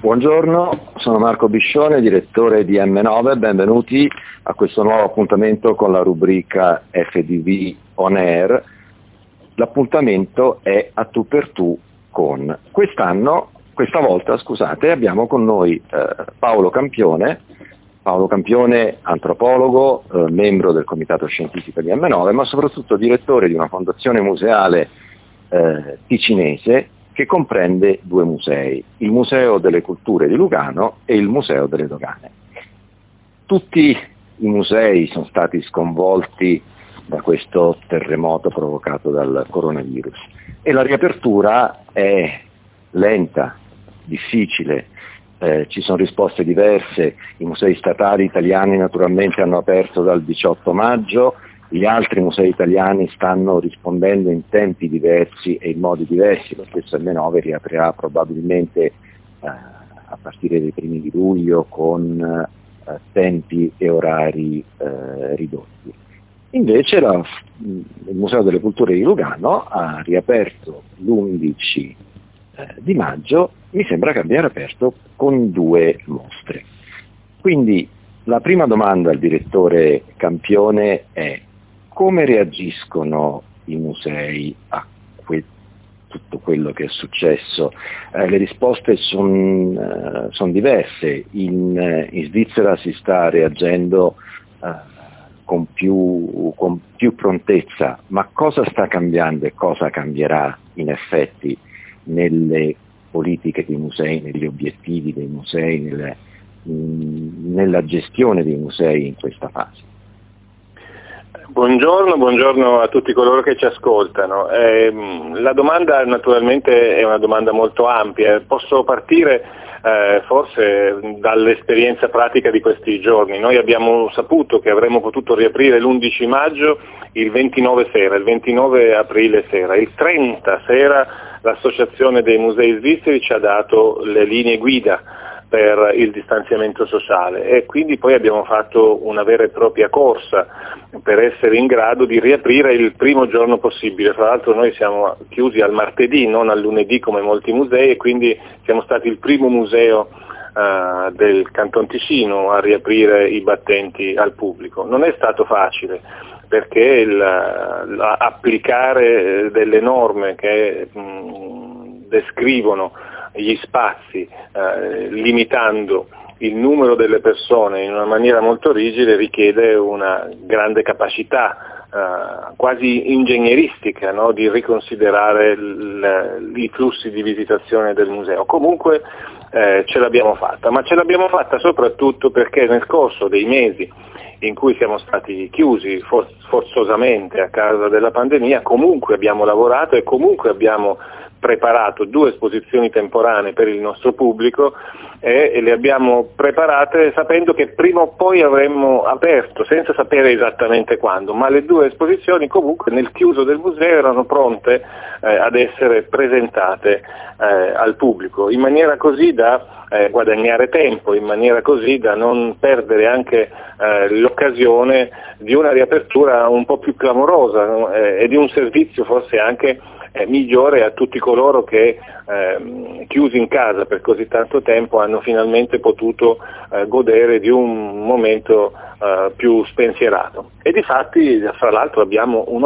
Buongiorno, sono Marco Biscione, direttore di M9, benvenuti a questo nuovo appuntamento con la rubrica FDV On Air. L'appuntamento è a tu per tu con. Questa volta abbiamo con noi Paolo Campione, antropologo, membro del comitato scientifico di M9, ma soprattutto direttore di una fondazione museale ticinese che comprende due musei, il Museo delle Culture di Lugano e il Museo delle Dogane. Tutti i musei sono stati sconvolti da questo terremoto provocato dal coronavirus e la riapertura è lenta, difficile, ci sono risposte diverse. I musei statali italiani naturalmente hanno aperto dal 18 maggio, gli altri musei italiani stanno rispondendo in tempi diversi e in modi diversi. Lo stesso M9 riaprirà probabilmente a partire dai primi di luglio con tempi e orari ridotti. Invece il Museo delle Culture di Lugano ha riaperto l'11 di maggio, mi sembra che abbia aperto con 2 mostre. Quindi la prima domanda al direttore Campione è: come reagiscono i musei a tutto quello che è successo? Le risposte sono diverse. In Svizzera si sta reagendo con più prontezza, ma cosa sta cambiando e cosa cambierà in effetti nelle politiche dei musei, negli obiettivi dei musei, nella gestione dei musei in questa fase? Buongiorno a tutti coloro che ci ascoltano. La domanda naturalmente è una domanda molto ampia. Posso partire forse dall'esperienza pratica di questi giorni. Noi abbiamo saputo che avremmo potuto riaprire l'11 maggio il 29 sera, il 29 aprile sera. Il 30 sera l'Associazione dei Musei Svizzeri ci ha dato le linee guida per il distanziamento sociale e quindi poi abbiamo fatto una vera e propria corsa per essere in grado di riaprire il primo giorno possibile. Fra l'altro noi siamo chiusi al martedì, non al lunedì come molti musei, e quindi siamo stati il primo museo del Canton Ticino a riaprire i battenti al pubblico. Non è stato facile perché applicare delle norme che descrivono gli spazi limitando il numero delle persone in una maniera molto rigida richiede una grande capacità quasi ingegneristica, no? Di riconsiderare i flussi di visitazione del museo. Comunque ce l'abbiamo fatta, ma ce l'abbiamo fatta soprattutto perché nel corso dei mesi in cui siamo stati chiusi forzosamente a causa della pandemia, comunque abbiamo lavorato e comunque abbiamo preparato 2 esposizioni temporanee per il nostro pubblico e le abbiamo preparate sapendo che prima o poi avremmo aperto, senza sapere esattamente quando, ma le 2 esposizioni comunque nel chiuso del museo erano pronte ad essere presentate al pubblico, in maniera così da guadagnare tempo, in maniera così da non perdere anche l'occasione di una riapertura un po' più clamorosa, no? E di un servizio forse anche migliore a tutti coloro che chiusi in casa per così tanto tempo hanno finalmente potuto godere di un momento più spensierato. E difatti, fra l'altro, abbiamo un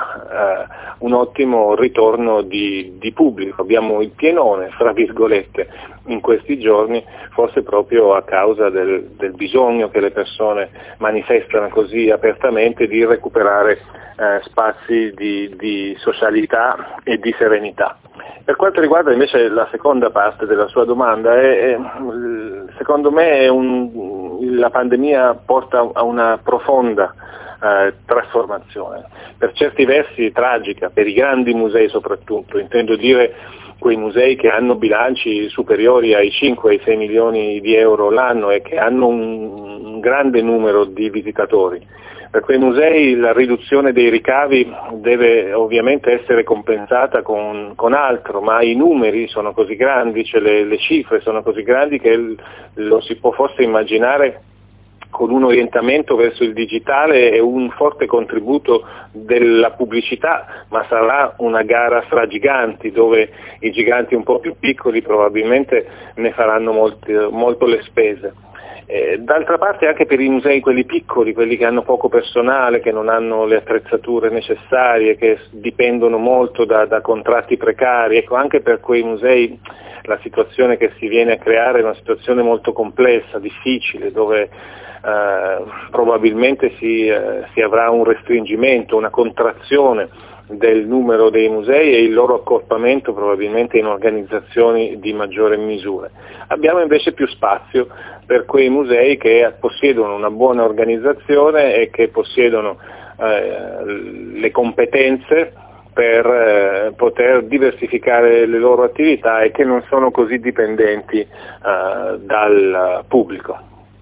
ottimo ritorno di pubblico, abbiamo il pienone, fra virgolette, in questi giorni, forse proprio a causa del bisogno che le persone manifestano così apertamente di recuperare spazi di socialità e di serenità. Per quanto riguarda invece la seconda parte della sua domanda, secondo me la pandemia porta a una profonda trasformazione, per certi versi tragica, per i grandi musei soprattutto, intendo dire quei musei che hanno bilanci superiori ai 5 ai 6 milioni di euro l'anno e che hanno un grande numero di visitatori. Per quei musei la riduzione dei ricavi deve ovviamente essere compensata con altro, ma i numeri sono così grandi, cioè le cifre sono così grandi che lo si può forse immaginare con un orientamento verso il digitale e un forte contributo della pubblicità, ma sarà una gara fra giganti, dove i giganti un po' più piccoli probabilmente ne faranno molto le spese. D'altra parte anche per i musei quelli piccoli, quelli che hanno poco personale, che non hanno le attrezzature necessarie, che dipendono molto da contratti precari, ecco, anche per quei musei la situazione che si viene a creare è una situazione molto complessa, difficile, dove probabilmente si avrà un restringimento, una contrazione del numero dei musei e il loro accorpamento probabilmente in organizzazioni di maggiore misura. Abbiamo invece più spazio per quei musei che possiedono una buona organizzazione e che possiedono le competenze per poter diversificare le loro attività e che non sono così dipendenti dal pubblico.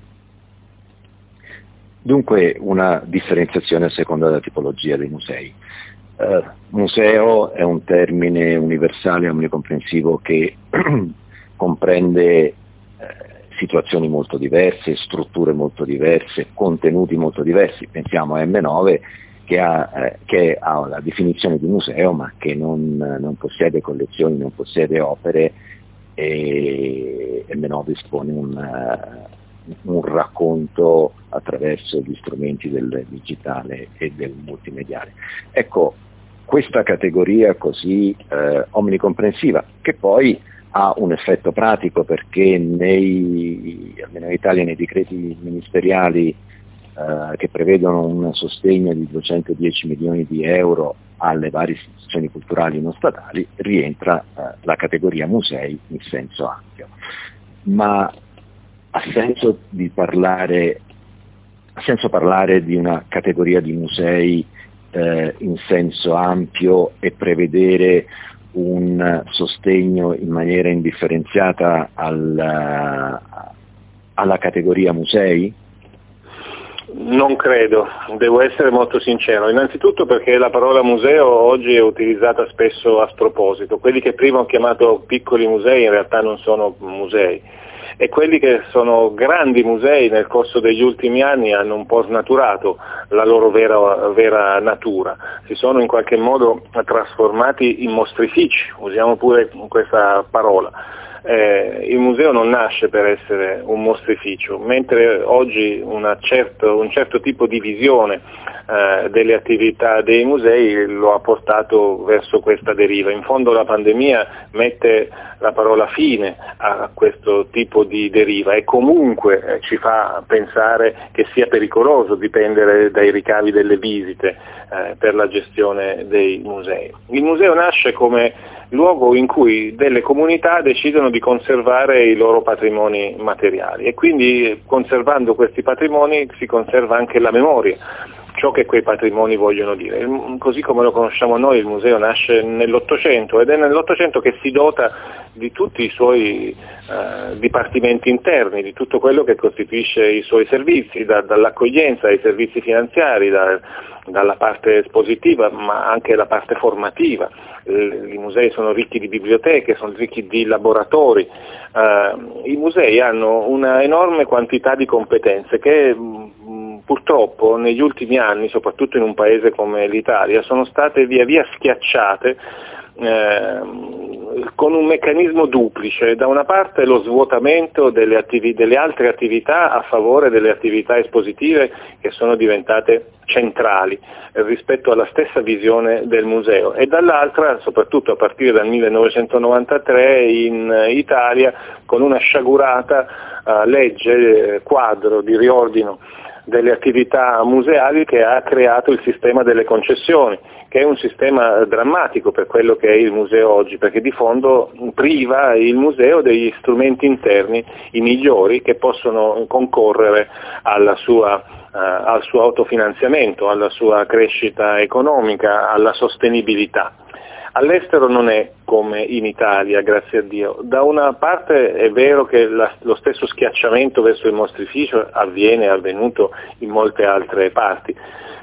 Dunque una differenziazione a seconda della tipologia dei musei. Museo è un termine universale e omnicomprensivo che comprende situazioni molto diverse, strutture molto diverse, contenuti molto diversi. Pensiamo a M9 che ha la definizione di museo ma che non possiede collezioni, non possiede opere, e M9 espone un racconto attraverso gli strumenti del digitale e del multimediale. Ecco, questa categoria così omnicomprensiva, che poi ha un effetto pratico, perché almeno in Italia, nei decreti ministeriali che prevedono un sostegno di 210 milioni di euro alle varie istituzioni culturali non statali, rientra la categoria musei in senso ampio. Ma ha senso parlare di una categoria di musei in senso ampio e prevedere un sostegno in maniera indifferenziata alla categoria musei? Non credo, devo essere molto sincero. Innanzitutto perché la parola museo oggi è utilizzata spesso a sproposito. Quelli che prima ho chiamato piccoli musei in realtà non sono musei. E quelli che sono grandi musei nel corso degli ultimi anni hanno un po' snaturato la loro vera natura, si sono in qualche modo trasformati in mostrifici, usiamo pure questa parola. Il museo non nasce per essere un mostrificio, mentre oggi un certo tipo di visione delle attività dei musei lo ha portato verso questa deriva. In fondo la pandemia mette la parola fine a questo tipo di deriva e comunque ci fa pensare che sia pericoloso dipendere dai ricavi delle visite per la gestione dei musei. Il museo nasce come luogo in cui delle comunità decidono di conservare i loro patrimoni materiali e quindi conservando questi patrimoni si conserva anche la memoria, ciò che quei patrimoni vogliono dire. Così come lo conosciamo noi, il museo nasce nell'Ottocento ed è nell'Ottocento che si dota di tutti i suoi dipartimenti interni, di tutto quello che costituisce i suoi servizi, dall'accoglienza ai servizi finanziari, dalla parte espositiva ma anche la parte formativa. I musei sono ricchi di biblioteche, sono ricchi di laboratori. I musei hanno una enorme quantità di competenze che purtroppo negli ultimi anni, soprattutto in un paese come l'Italia, sono state via via schiacciate con un meccanismo duplice: da una parte lo svuotamento delle altre attività a favore delle attività espositive che sono diventate centrali rispetto alla stessa visione del museo, e dall'altra, soprattutto a partire dal 1993 in Italia, con una sciagurata legge quadro di riordino delle attività museali che ha creato il sistema delle concessioni, che è un sistema drammatico per quello che è il museo oggi, perché di fondo priva il museo degli strumenti interni, i migliori, che possono concorrere al suo autofinanziamento, alla sua crescita economica, alla sostenibilità. All'estero non è come in Italia, grazie a Dio. Da una parte è vero che lo stesso schiacciamento verso il mostrificio è avvenuto in molte altre parti,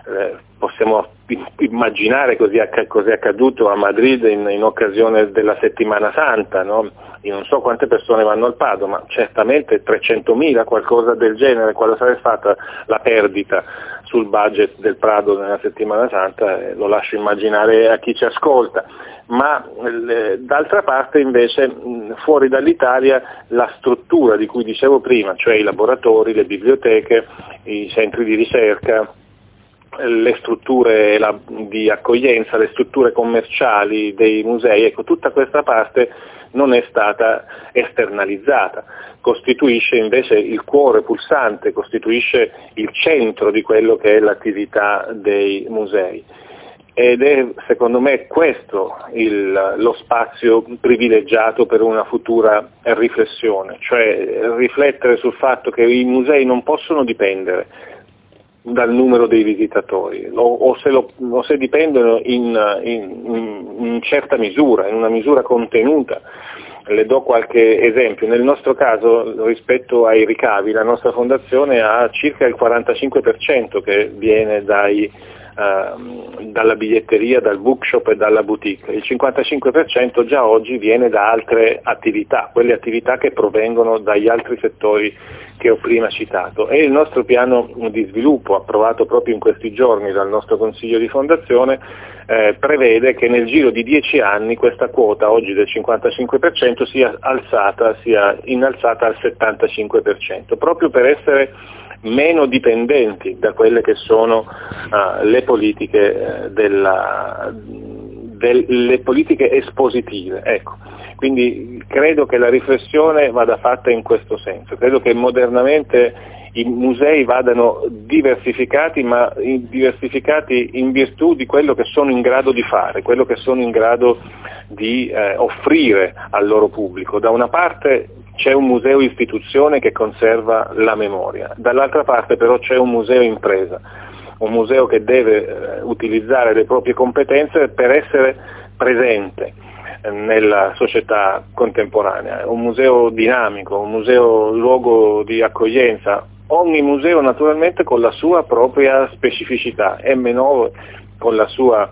possiamo immaginare cos'è accaduto a Madrid in occasione della Settimana Santa, no? Io non so quante persone vanno al Prado, ma certamente 300.000, qualcosa del genere. Quale sarebbe stata la perdita sul budget del Prado nella Settimana Santa, lo lascio immaginare a chi ci ascolta. Ma d'altra parte invece fuori dall'Italia la struttura di cui dicevo prima, cioè i laboratori, le biblioteche, i centri di ricerca, le strutture di accoglienza, le strutture commerciali dei musei, ecco, tutta questa parte non è stata esternalizzata, costituisce invece il cuore pulsante, costituisce il centro di quello che è l'attività dei musei. Ed è secondo me questo lo spazio privilegiato per una futura riflessione, cioè riflettere sul fatto che i musei non possono dipendere dal numero dei visitatori o se dipendono in certa misura, in una misura contenuta. Le do qualche esempio. Nel nostro caso, rispetto ai ricavi, la nostra fondazione ha circa il 45% che viene dalla biglietteria, dal bookshop e dalla boutique. Il 55% già oggi viene da altre attività, quelle attività che provengono dagli altri settori che ho prima citato, e il nostro piano di sviluppo, approvato proprio in questi giorni dal nostro Consiglio di Fondazione, prevede che nel giro di 10 anni questa quota, oggi del 55%, sia innalzata al 75%, proprio per essere meno dipendenti da quelle che sono le politiche le politiche espositive. Ecco. Quindi credo che la riflessione vada fatta in questo senso, credo che modernamente i musei vadano diversificati, ma diversificati in virtù di quello che sono in grado di fare, quello che sono in grado di offrire al loro pubblico. Da una parte c'è un museo istituzione che conserva la memoria, dall'altra parte però c'è un museo impresa, un museo che deve utilizzare le proprie competenze per essere presente nella società contemporanea, un museo dinamico, un museo luogo di accoglienza, ogni museo naturalmente con la sua propria specificità, M9 con la sua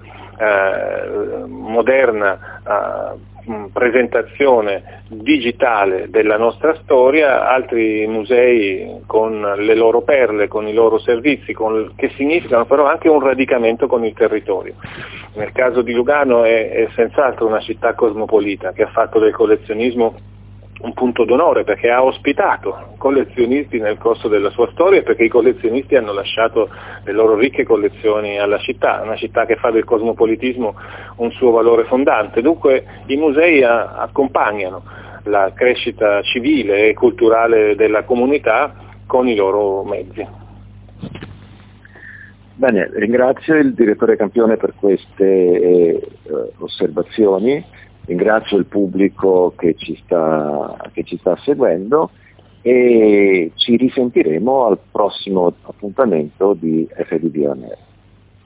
moderna presentazione digitale della nostra storia, altri musei con le loro perle, con i loro servizi, che significano però anche un radicamento con il territorio. Nel caso di Lugano è senz'altro una città cosmopolita che ha fatto del collezionismo un punto d'onore, perché ha ospitato collezionisti nel corso della sua storia, perché i collezionisti hanno lasciato le loro ricche collezioni alla città, una città che fa del cosmopolitismo un suo valore fondante. Dunque i musei accompagnano la crescita civile e culturale della comunità con i loro mezzi. Bene, ringrazio il direttore Campione per queste osservazioni. Ringrazio il pubblico che ci sta seguendo e ci risentiremo al prossimo appuntamento di FDB On Air.